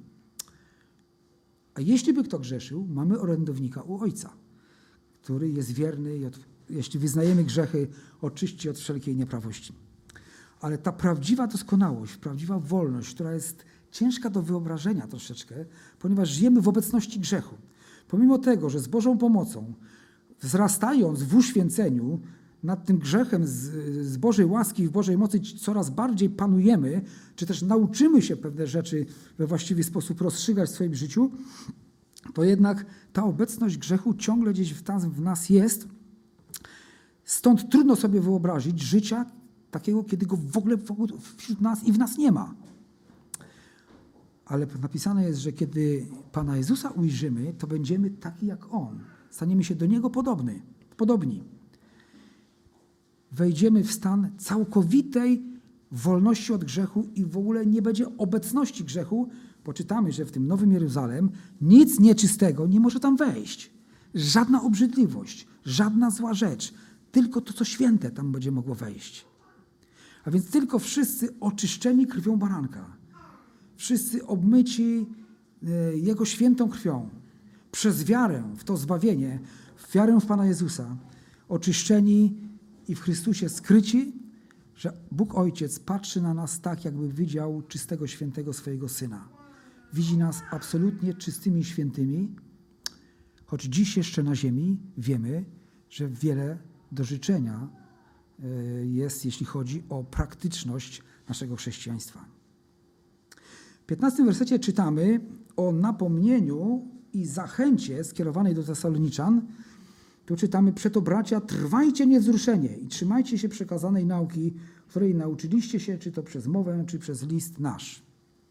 A jeśli by kto grzeszył, mamy orędownika u Ojca, który jest wierny i od, jeśli wyznajemy grzechy, oczyści od wszelkiej nieprawości. Ale ta prawdziwa doskonałość, prawdziwa wolność, która jest ciężka do wyobrażenia troszeczkę, ponieważ żyjemy w obecności grzechu. Pomimo tego, że z Bożą pomocą, wzrastając w uświęceniu, nad tym grzechem z, z Bożej łaski i w Bożej mocy coraz bardziej panujemy, czy też nauczymy się pewne rzeczy we właściwy sposób rozstrzygać w swoim życiu, to jednak ta obecność grzechu ciągle gdzieś w, tam, w nas jest. Stąd trudno sobie wyobrazić życia takiego, kiedy go w ogóle wśród nas i w nas nie ma. Ale napisane jest, że kiedy Pana Jezusa ujrzymy, to będziemy taki jak On. Staniemy się do Niego podobny, podobni. Wejdziemy w stan całkowitej wolności od grzechu i w ogóle nie będzie obecności grzechu, bo czytamy, że w tym Nowym Jeruzalem nic nieczystego nie może tam wejść. Żadna obrzydliwość, żadna zła rzecz, tylko to, co święte tam będzie mogło wejść. A więc tylko wszyscy oczyszczeni krwią baranka, wszyscy obmyci Jego świętą krwią, przez wiarę w to zbawienie, w wiarę w Pana Jezusa, oczyszczeni i w Chrystusie skryci, że Bóg Ojciec patrzy na nas tak, jakby widział czystego, świętego swojego Syna. Widzi nas absolutnie czystymi, świętymi, choć dziś jeszcze na ziemi wiemy, że wiele do życzenia jest, jeśli chodzi o praktyczność naszego chrześcijaństwa. W piętnastym wersecie czytamy o napomnieniu i zachęcie skierowanej do Tesaloniczan. Tu czytamy, przeto bracia, trwajcie niewzruszenie i trzymajcie się przekazanej nauki, której nauczyliście się, czy to przez mowę, czy przez list nasz.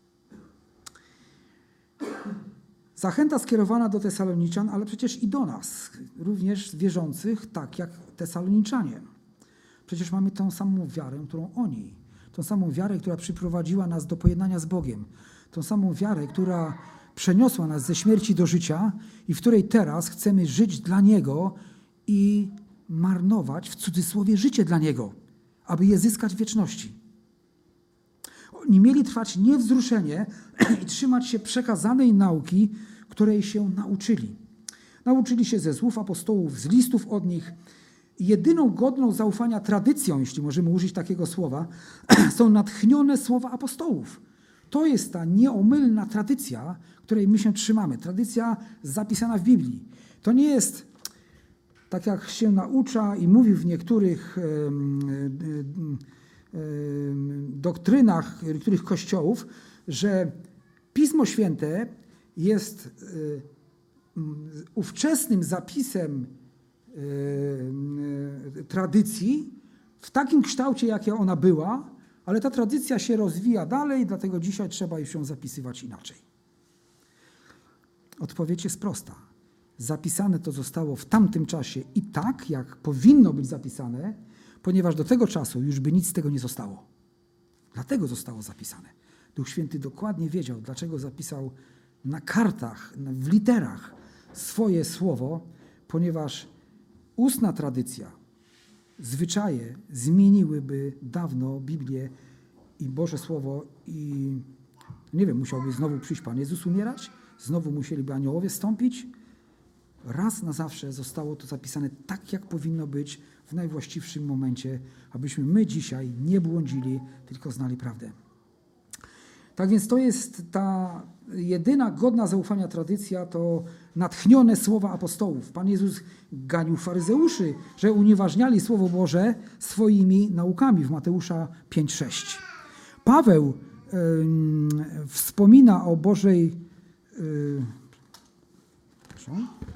Zachęta skierowana do Tesaloniczan, ale przecież i do nas, również wierzących, tak jak Tesaloniczanie. Przecież mamy tą samą wiarę, którą oni. Tą samą wiarę, która przyprowadziła nas do pojednania z Bogiem. Tą samą wiarę, która przeniosła nas ze śmierci do życia i w której teraz chcemy żyć dla Niego i marnować w cudzysłowie życie dla Niego, aby je zyskać w wieczności. Oni mieli trwać niewzruszenie i trzymać się przekazanej nauki, której się nauczyli. nauczyli się ze słów apostołów, z listów od nich. Jedyną godną zaufania tradycją, jeśli możemy użyć takiego słowa, są natchnione słowa apostołów. To jest ta nieomylna tradycja, której my się trzymamy. Tradycja zapisana w Biblii. To nie jest, tak jak się naucza i mówi w niektórych e, e, e, doktrynach niektórych kościołów, że Pismo Święte jest e, ówczesnym zapisem e, tradycji w takim kształcie, jakie ona była, ale ta tradycja się rozwija dalej, dlatego dzisiaj trzeba już ją zapisywać inaczej. Odpowiedź jest prosta. Zapisane to zostało w tamtym czasie i tak, jak powinno być zapisane, ponieważ do tego czasu już by nic z tego nie zostało. Dlatego zostało zapisane. Duch Święty dokładnie wiedział, dlaczego zapisał na kartach, w literach swoje słowo, ponieważ ustna tradycja, zwyczaje zmieniłyby dawno Biblię i Boże Słowo i nie wiem, musiałby znowu przyjść Pan Jezus umierać, znowu musieliby aniołowie stąpić. Raz na zawsze zostało to zapisane tak, jak powinno być w najwłaściwszym momencie, abyśmy my dzisiaj nie błądzili, tylko znali prawdę. Tak więc to jest ta jedyna godna zaufania tradycja, to natchnione słowa apostołów. Pan Jezus ganił faryzeuszy, że unieważniali Słowo Boże swoimi naukami w Mateusza pięć sześć. Paweł yy, wspomina o Bożej... Yy, proszę.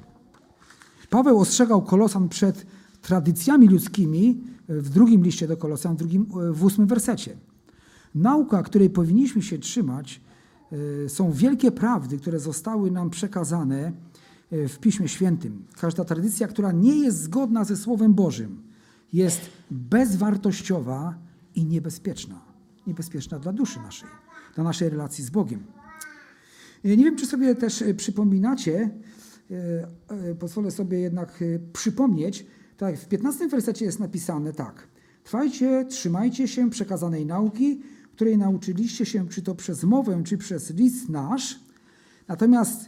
Paweł ostrzegał Kolosan przed tradycjami ludzkimi w drugim liście do Kolosan, w, drugim, w ósmym wersecie. Nauka, której powinniśmy się trzymać, są wielkie prawdy, które zostały nam przekazane w Piśmie Świętym. Każda tradycja, która nie jest zgodna ze Słowem Bożym, jest bezwartościowa i niebezpieczna. Niebezpieczna dla duszy naszej, dla naszej relacji z Bogiem. Nie wiem, czy sobie też przypominacie, pozwolę sobie jednak przypomnieć, tak, w piętnastym wersecie jest napisane tak. Trwajcie, trzymajcie się przekazanej nauki, której nauczyliście się, czy to przez mowę, czy przez list nasz. Natomiast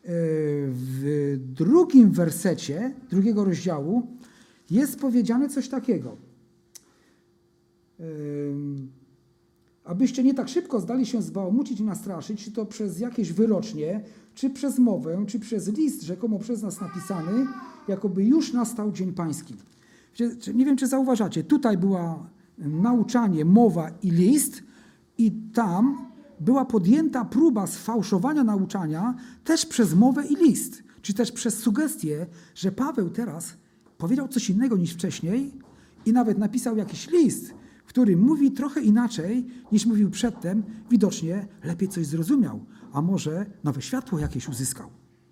w drugim wersecie, drugiego rozdziału, jest powiedziane coś takiego. Abyście nie tak szybko zdali się zbałamucić i nastraszyć, czy to przez jakieś wyrocznie, czy przez mowę, czy przez list rzekomo przez nas napisany, jakoby już nastał dzień pański. Nie wiem, czy zauważacie, tutaj była nauczanie, mowa i list i tam była podjęta próba sfałszowania nauczania też przez mowę i list, czy też przez sugestię, że Paweł teraz powiedział coś innego niż wcześniej i nawet napisał jakiś list, w którym mówi trochę inaczej niż mówił przedtem, widocznie lepiej coś zrozumiał, a może nowe światło jakieś uzyskał.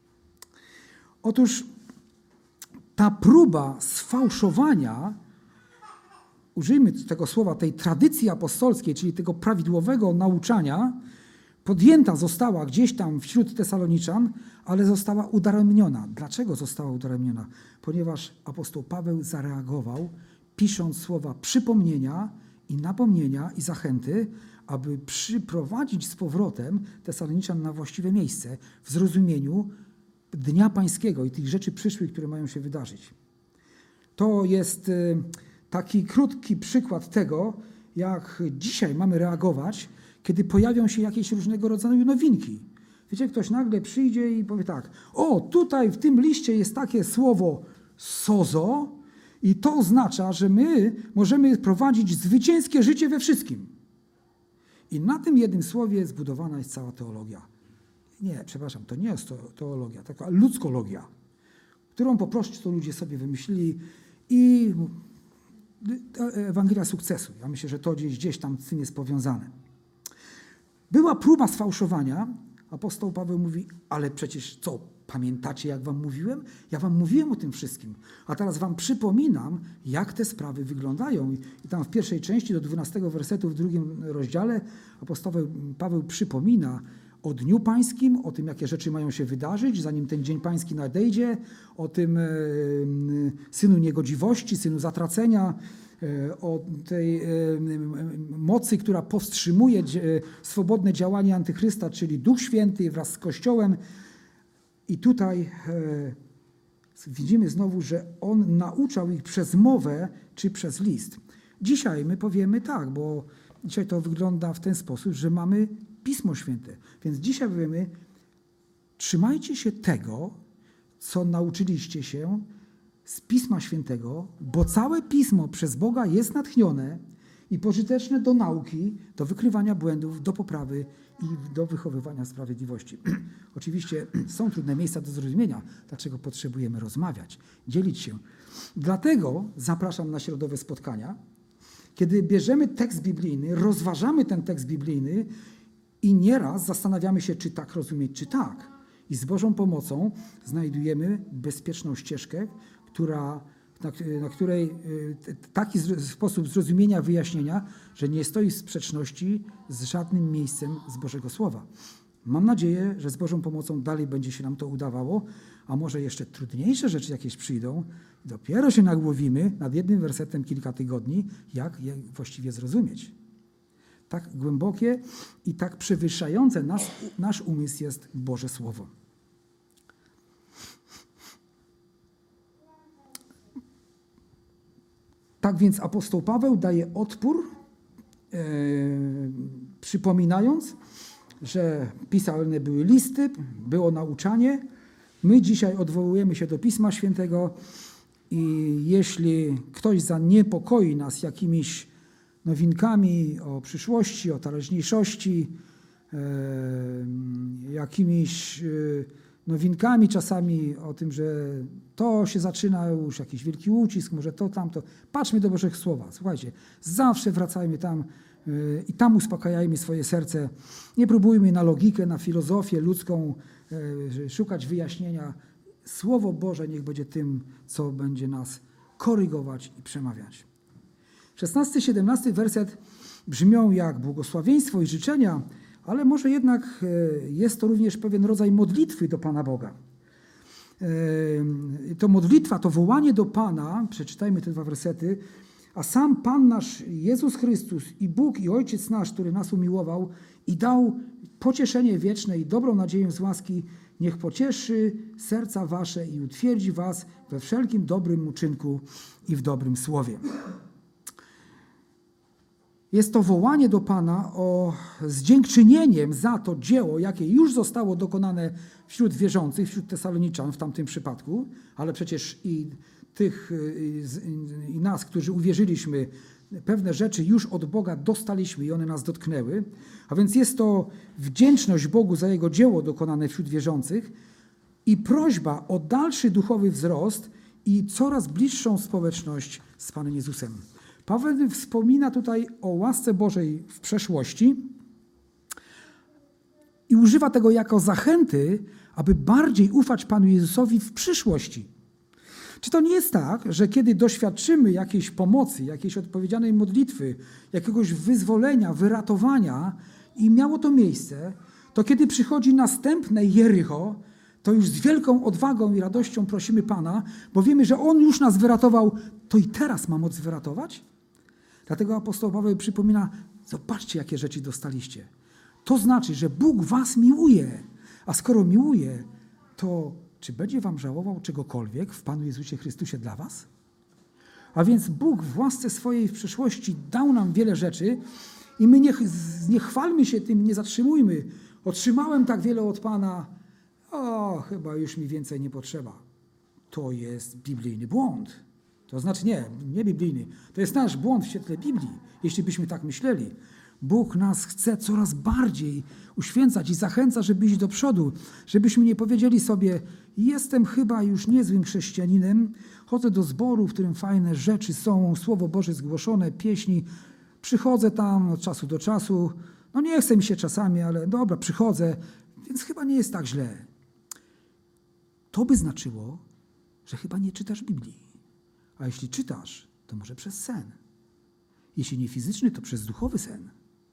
Otóż ta próba sfałszowania, użyjmy tego słowa, tej tradycji apostolskiej, czyli tego prawidłowego nauczania, podjęta została gdzieś tam wśród Tesaloniczan, ale została udaremniona. Dlaczego została udaremniona? Ponieważ apostoł Paweł zareagował, pisząc słowa przypomnienia i napomnienia i zachęty, aby przyprowadzić z powrotem Tesaloniczan na właściwe miejsce w zrozumieniu Dnia Pańskiego i tych rzeczy przyszłych, które mają się wydarzyć. To jest taki krótki przykład tego, jak dzisiaj mamy reagować, kiedy pojawią się jakieś różnego rodzaju nowinki. Wiecie, ktoś nagle przyjdzie i powie tak, o, tutaj w tym liście jest takie słowo sozo i to oznacza, że my możemy prowadzić zwycięskie życie we wszystkim. I na tym jednym słowie zbudowana jest cała teologia. Nie, przepraszam, to nie jest to, teologia, taka ludzkologia, którą po prostu ludzie sobie wymyślili i Ewangelia sukcesu. Ja myślę, że to gdzieś, gdzieś tam z tym jest powiązane. Była próba sfałszowania. Apostoł Paweł mówi, ale przecież co, pamiętacie, jak wam mówiłem? Ja wam mówiłem o tym wszystkim, a teraz wam przypominam, jak te sprawy wyglądają. I tam w pierwszej części do dwunastego wersetu w drugim rozdziale apostoł Paweł przypomina o Dniu Pańskim, o tym, jakie rzeczy mają się wydarzyć, zanim ten Dzień Pański nadejdzie, o tym e, synu niegodziwości, synu zatracenia, e, o tej e, mocy, która powstrzymuje e, swobodne działanie Antychrysta, czyli Duch Święty wraz z Kościołem. I tutaj e, Widzimy znowu, że on nauczał ich przez mowę czy przez list. Dzisiaj my powiemy tak, bo dzisiaj to wygląda w ten sposób, że mamy Pismo Święte. Więc dzisiaj powiemy, trzymajcie się tego, co nauczyliście się z Pisma Świętego, bo całe Pismo przez Boga jest natchnione i pożyteczne do nauki, do wykrywania błędów, do poprawy i do wychowywania sprawiedliwości. Oczywiście są trudne miejsca do zrozumienia, dlaczego potrzebujemy rozmawiać, dzielić się. Dlatego zapraszam na środowe spotkania, kiedy bierzemy tekst biblijny, rozważamy ten tekst biblijny i nieraz zastanawiamy się, czy tak rozumieć, czy tak. I z Bożą pomocą znajdujemy bezpieczną ścieżkę, która, na, na której taki sposób zrozumienia, wyjaśnienia, że nie stoi w sprzeczności z żadnym miejscem z Bożego Słowa. Mam nadzieję, że z Bożą pomocą dalej będzie się nam to udawało, a może jeszcze trudniejsze rzeczy jakieś przyjdą. Dopiero się nagłowimy nad jednym wersetem kilka tygodni, jak je właściwie zrozumieć. Tak głębokie i tak przewyższające nas, nasz umysł jest Boże Słowo. Tak więc apostoł Paweł daje odpór, e, przypominając, że pisane były listy, było nauczanie. My dzisiaj odwołujemy się do Pisma Świętego i jeśli ktoś zaniepokoi nas jakimiś nowinkami o przyszłości, o teraźniejszości, e, jakimiś e, nowinkami czasami o tym, że to się zaczyna już, jakiś wielki ucisk, może to, tamto. Patrzmy do Bożego Słowa. Słuchajcie, zawsze wracajmy tam yy, i tam uspokajajmy swoje serce. Nie próbujmy na logikę, na filozofię ludzką yy, szukać wyjaśnienia. Słowo Boże niech będzie tym, co będzie nas korygować i przemawiać. szesnasty, siedemnasty werset brzmią jak błogosławieństwo i życzenia, ale może jednak jest to również pewien rodzaj modlitwy do Pana Boga. To modlitwa, to wołanie do Pana, przeczytajmy te dwa wersety, a sam Pan nasz Jezus Chrystus i Bóg i Ojciec nasz, który nas umiłował i dał pocieszenie wieczne i dobrą nadzieję z łaski, niech pocieszy serca wasze i utwierdzi was we wszelkim dobrym uczynku i w dobrym słowie. Jest to wołanie do Pana o z dziękczynieniem za to dzieło, jakie już zostało dokonane wśród wierzących, wśród Tesaloniczan w tamtym przypadku, ale przecież i tych, i nas, którzy uwierzyliśmy, pewne rzeczy już od Boga dostaliśmy i one nas dotknęły. A więc jest to wdzięczność Bogu za Jego dzieło dokonane wśród wierzących i prośba o dalszy duchowy wzrost i coraz bliższą społeczność z Panem Jezusem. Paweł wspomina tutaj o łasce Bożej w przeszłości i używa tego jako zachęty, aby bardziej ufać Panu Jezusowi w przyszłości. Czy to nie jest tak, że kiedy doświadczymy jakiejś pomocy, jakiejś odpowiedzialnej modlitwy, jakiegoś wyzwolenia, wyratowania i miało to miejsce, to kiedy przychodzi następne Jericho, to już z wielką odwagą i radością prosimy Pana, bo wiemy, że On już nas wyratował, to i teraz ma moc wyratować? Dlatego apostoł Paweł przypomina, zobaczcie, jakie rzeczy dostaliście. To znaczy, że Bóg was miłuje, a skoro miłuje, to czy będzie wam żałował czegokolwiek w Panu Jezusie Chrystusie dla was? A więc Bóg w łasce swojej w przeszłości dał nam wiele rzeczy i my nie, nie chwalmy się tym, nie zatrzymujmy. Otrzymałem tak wiele od Pana, o, chyba już mi więcej nie potrzeba. To jest biblijny błąd. To znaczy nie, nie biblijny. To jest nasz błąd w świetle Biblii, jeśli byśmy tak myśleli. Bóg nas chce coraz bardziej uświęcać i zachęca, żeby iść do przodu, żebyśmy nie powiedzieli sobie, jestem chyba już niezłym chrześcijaninem, chodzę do zboru, w którym fajne rzeczy są, Słowo Boże zgłoszone, pieśni, przychodzę tam od czasu do czasu, no nie chce mi się czasami, ale dobra, przychodzę, więc chyba nie jest tak źle. To by znaczyło, że chyba nie czytasz Biblii. A jeśli czytasz, to może przez sen. Jeśli nie fizyczny, to przez duchowy sen.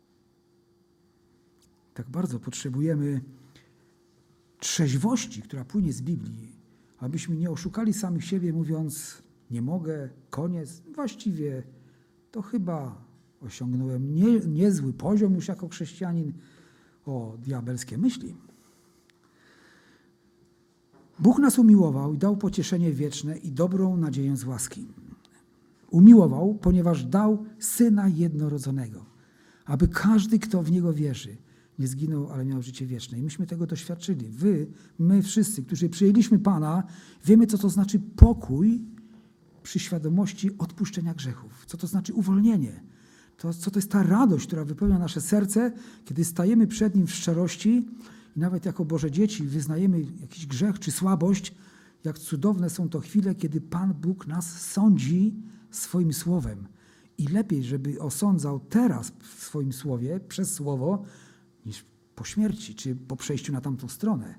Tak bardzo potrzebujemy trzeźwości, która płynie z Biblii, abyśmy nie oszukali samych siebie, mówiąc, nie mogę, koniec. Właściwie to chyba osiągnąłem nie, niezły poziom już jako chrześcijanin. O, diabelskie myśli. Bóg nas umiłował i dał pocieszenie wieczne i dobrą nadzieję z łaski. Umiłował, ponieważ dał Syna jednorodzonego, aby każdy, kto w Niego wierzy, nie zginął, ale miał życie wieczne. I myśmy tego doświadczyli. Wy, my wszyscy, którzy przyjęliśmy Pana, wiemy, co to znaczy pokój przy świadomości odpuszczenia grzechów. Co to znaczy uwolnienie. To, co to jest ta radość, która wypełnia nasze serce, kiedy stajemy przed Nim w szczerości i nawet jako Boże dzieci wyznajemy jakiś grzech czy słabość, jak cudowne są to chwile, kiedy Pan Bóg nas sądzi swoim słowem. I lepiej, żeby osądzał teraz w swoim słowie, przez słowo, niż po śmierci, czy po przejściu na tamtą stronę.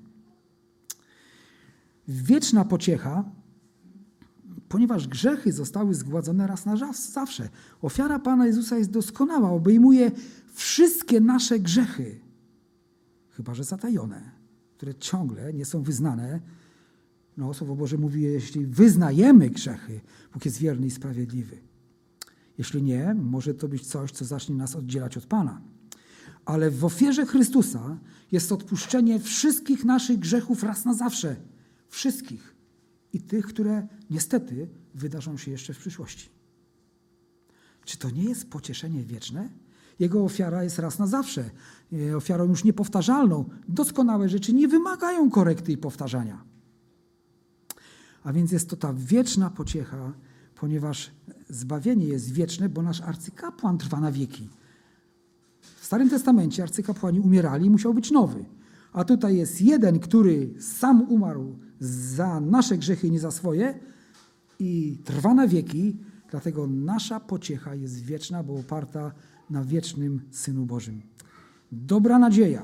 Wieczna pociecha, ponieważ grzechy zostały zgładzone raz na zawsze. Ofiara Pana Jezusa jest doskonała, obejmuje wszystkie nasze grzechy, chyba że zatajone, które ciągle nie są wyznane. No, Słowo Boże mówi, jeśli wyznajemy grzechy, Bóg jest wierny i sprawiedliwy. Jeśli nie, może to być coś, co zacznie nas oddzielać od Pana. Ale w ofierze Chrystusa jest odpuszczenie wszystkich naszych grzechów raz na zawsze. Wszystkich. I tych, które niestety wydarzą się jeszcze w przyszłości. Czy to nie jest pocieszenie wieczne? Jego ofiara jest raz na zawsze. Ofiarą już niepowtarzalną. Doskonałe rzeczy nie wymagają korekty i powtarzania. A więc jest to ta wieczna pociecha, ponieważ zbawienie jest wieczne, bo nasz arcykapłan trwa na wieki. W Starym Testamencie arcykapłani umierali i musiał być nowy. A tutaj jest jeden, który sam umarł za nasze grzechy, nie za swoje i trwa na wieki, dlatego nasza pociecha jest wieczna, bo oparta na wiecznym Synu Bożym. Dobra nadzieja.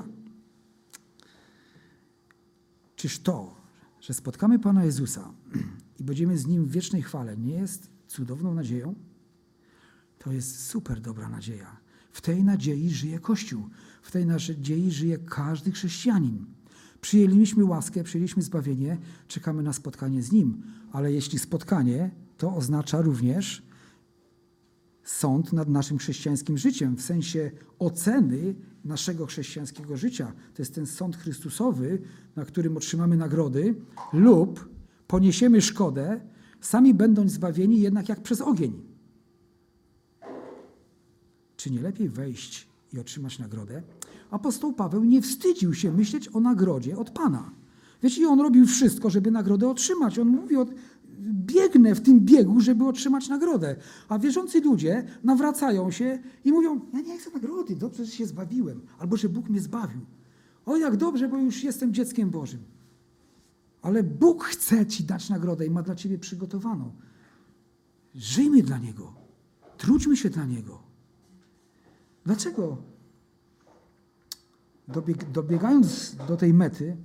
Czyż to, że spotkamy Pana Jezusa i będziemy z Nim w wiecznej chwale, nie jest cudowną nadzieją? To jest super dobra nadzieja. W tej nadziei żyje Kościół. W tej nadziei żyje każdy chrześcijanin. Przyjęliśmy łaskę, przyjęliśmy zbawienie, czekamy na spotkanie z Nim. Ale jeśli spotkanie, to oznacza również sąd nad naszym chrześcijańskim życiem, w sensie oceny naszego chrześcijańskiego życia. To jest ten sąd Chrystusowy, na którym otrzymamy nagrody lub poniesiemy szkodę, sami będąc zbawieni jednak jak przez ogień. Czy nie lepiej wejść i otrzymać nagrodę? Apostoł Paweł nie wstydził się myśleć o nagrodzie od Pana. Wiecie, i on robił wszystko, żeby nagrodę otrzymać. On mówi, biegnę w tym biegu, żeby otrzymać nagrodę. A wierzący ludzie nawracają się i mówią, ja nie chcę nagrody, dobrze, że się zbawiłem. Albo, że Bóg mnie zbawił. O, jak dobrze, bo już jestem dzieckiem Bożym. Ale Bóg chce ci dać nagrodę i ma dla ciebie przygotowaną. Żyjmy dla Niego. Trudźmy się dla Niego. Dlaczego? Dobieg, dobiegając do tej mety,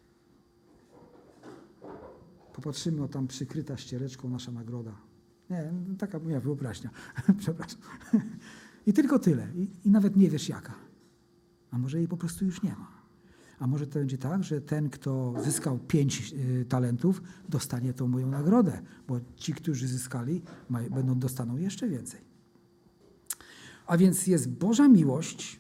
popatrzymy, o tam przykryta ściereczką nasza nagroda. Nie, taka moja wyobraźnia. Przepraszam. I tylko tyle. I, I nawet nie wiesz jaka. A może jej po prostu już nie ma. A może to będzie tak, że ten, kto zyskał pięć y, talentów, dostanie tą moją nagrodę, bo ci, którzy zyskali, maj, będą dostaną jeszcze więcej. A więc jest Boża miłość,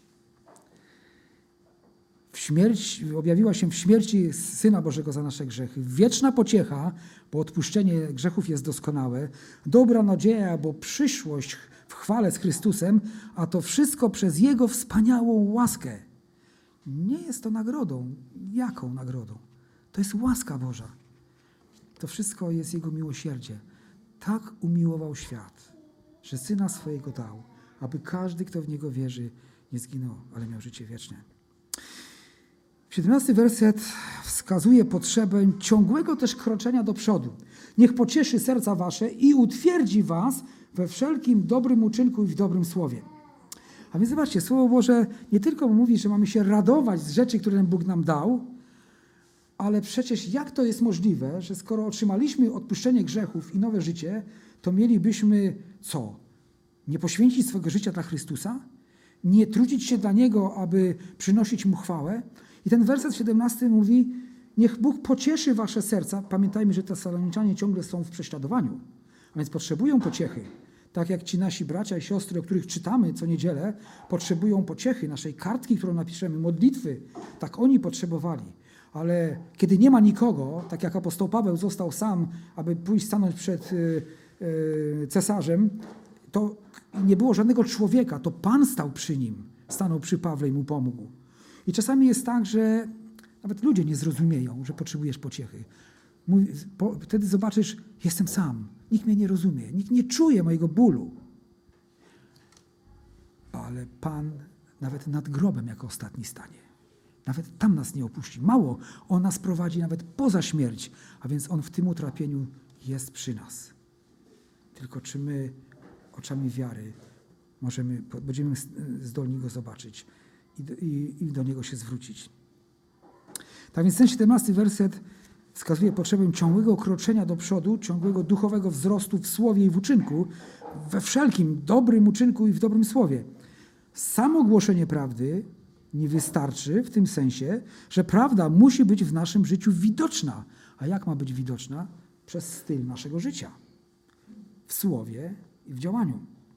w śmierć, objawiła się w śmierci Syna Bożego za nasze grzechy. Wieczna pociecha, bo odpuszczenie grzechów jest doskonałe. Dobra nadzieja, bo przyszłość w chwale z Chrystusem, a to wszystko przez Jego wspaniałą łaskę. Nie jest to nagrodą. Jaką nagrodą? To jest łaska Boża. To wszystko jest Jego miłosierdzie. Tak umiłował świat, że Syna swojego dał, aby każdy, kto w Niego wierzy, nie zginął, ale miał życie wieczne. siedemnasty werset wskazuje potrzebę ciągłego też kroczenia do przodu. Niech pocieszy serca wasze i utwierdzi was we wszelkim dobrym uczynku i w dobrym słowie. A więc zobaczcie, Słowo Boże nie tylko mówi, że mamy się radować z rzeczy, które Bóg nam dał, ale przecież jak to jest możliwe, że skoro otrzymaliśmy odpuszczenie grzechów i nowe życie, to mielibyśmy co? Nie poświęcić swojego życia dla Chrystusa? Nie trudzić się dla Niego, aby przynosić Mu chwałę? I ten werset siedemnasty mówi, niech Bóg pocieszy wasze serca. Pamiętajmy, że Tesaloniczanie ciągle są w prześladowaniu, a więc potrzebują pociechy. Tak jak ci nasi bracia i siostry, o których czytamy co niedzielę, potrzebują pociechy, naszej kartki, którą napiszemy, modlitwy. Tak oni potrzebowali. Ale kiedy nie ma nikogo, tak jak apostoł Paweł został sam, aby pójść stanąć przed y, y, cesarzem, to nie było żadnego człowieka, to Pan stał przy nim, stanął przy Pawle i mu pomógł. I czasami jest tak, że nawet ludzie nie zrozumieją, że potrzebujesz pociechy. Mówi, po, wtedy zobaczysz, jestem sam, nikt mnie nie rozumie, nikt nie czuje mojego bólu. Ale Pan nawet nad grobem jako ostatni stanie. Nawet tam nas nie opuści. Mało, On nas prowadzi nawet poza śmierć, a więc On w tym utrapieniu jest przy nas. Tylko czy my oczami wiary możemy, będziemy zdolni Go zobaczyć i do, i, i do Niego się zwrócić. Tak więc ten siedemnasty werset wskazuje potrzebę ciągłego kroczenia do przodu, ciągłego duchowego wzrostu w słowie i w uczynku, we wszelkim dobrym uczynku i w dobrym słowie. Samo głoszenie prawdy nie wystarczy w tym sensie, że prawda musi być w naszym życiu widoczna. A jak ma być widoczna? Przez styl naszego życia. W słowie i w działaniu.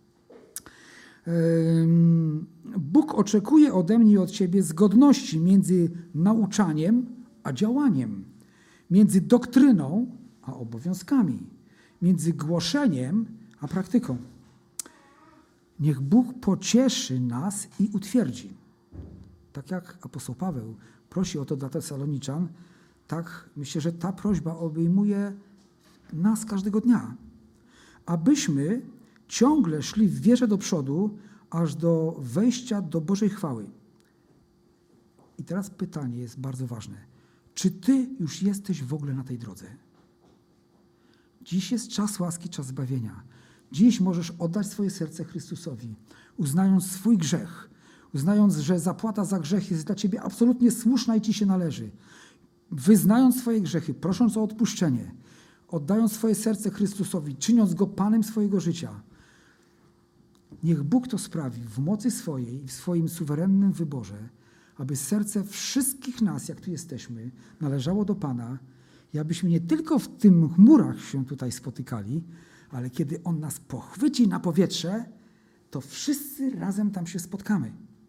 Bóg oczekuje ode mnie i od ciebie zgodności między nauczaniem a działaniem, między doktryną a obowiązkami, między głoszeniem a praktyką. Niech Bóg pocieszy nas i utwierdzi. Tak jak apostoł Paweł prosi o to dla Tesaloniczan, tak myślę, że ta prośba obejmuje nas każdego dnia. Abyśmy ciągle szli w wierze do przodu, aż do wejścia do Bożej chwały. I teraz pytanie jest bardzo ważne. Czy ty już jesteś w ogóle na tej drodze? Dziś jest czas łaski, czas zbawienia. Dziś możesz oddać swoje serce Chrystusowi, uznając swój grzech, uznając, że zapłata za grzech jest dla ciebie absolutnie słuszna i ci się należy. Wyznając swoje grzechy, prosząc o odpuszczenie, oddając swoje serce Chrystusowi, czyniąc Go Panem swojego życia. Niech Bóg to sprawi w mocy swojej i w swoim suwerennym wyborze, aby serce wszystkich nas, jak tu jesteśmy, należało do Pana i abyśmy nie tylko w tym chmurach się tutaj spotykali, ale kiedy On nas pochwyci na powietrze, to wszyscy razem tam się spotkamy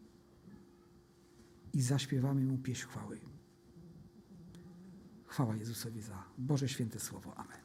i zaśpiewamy Mu pieśń chwały. Chwała Jezusowi za Boże święte słowo. Amen.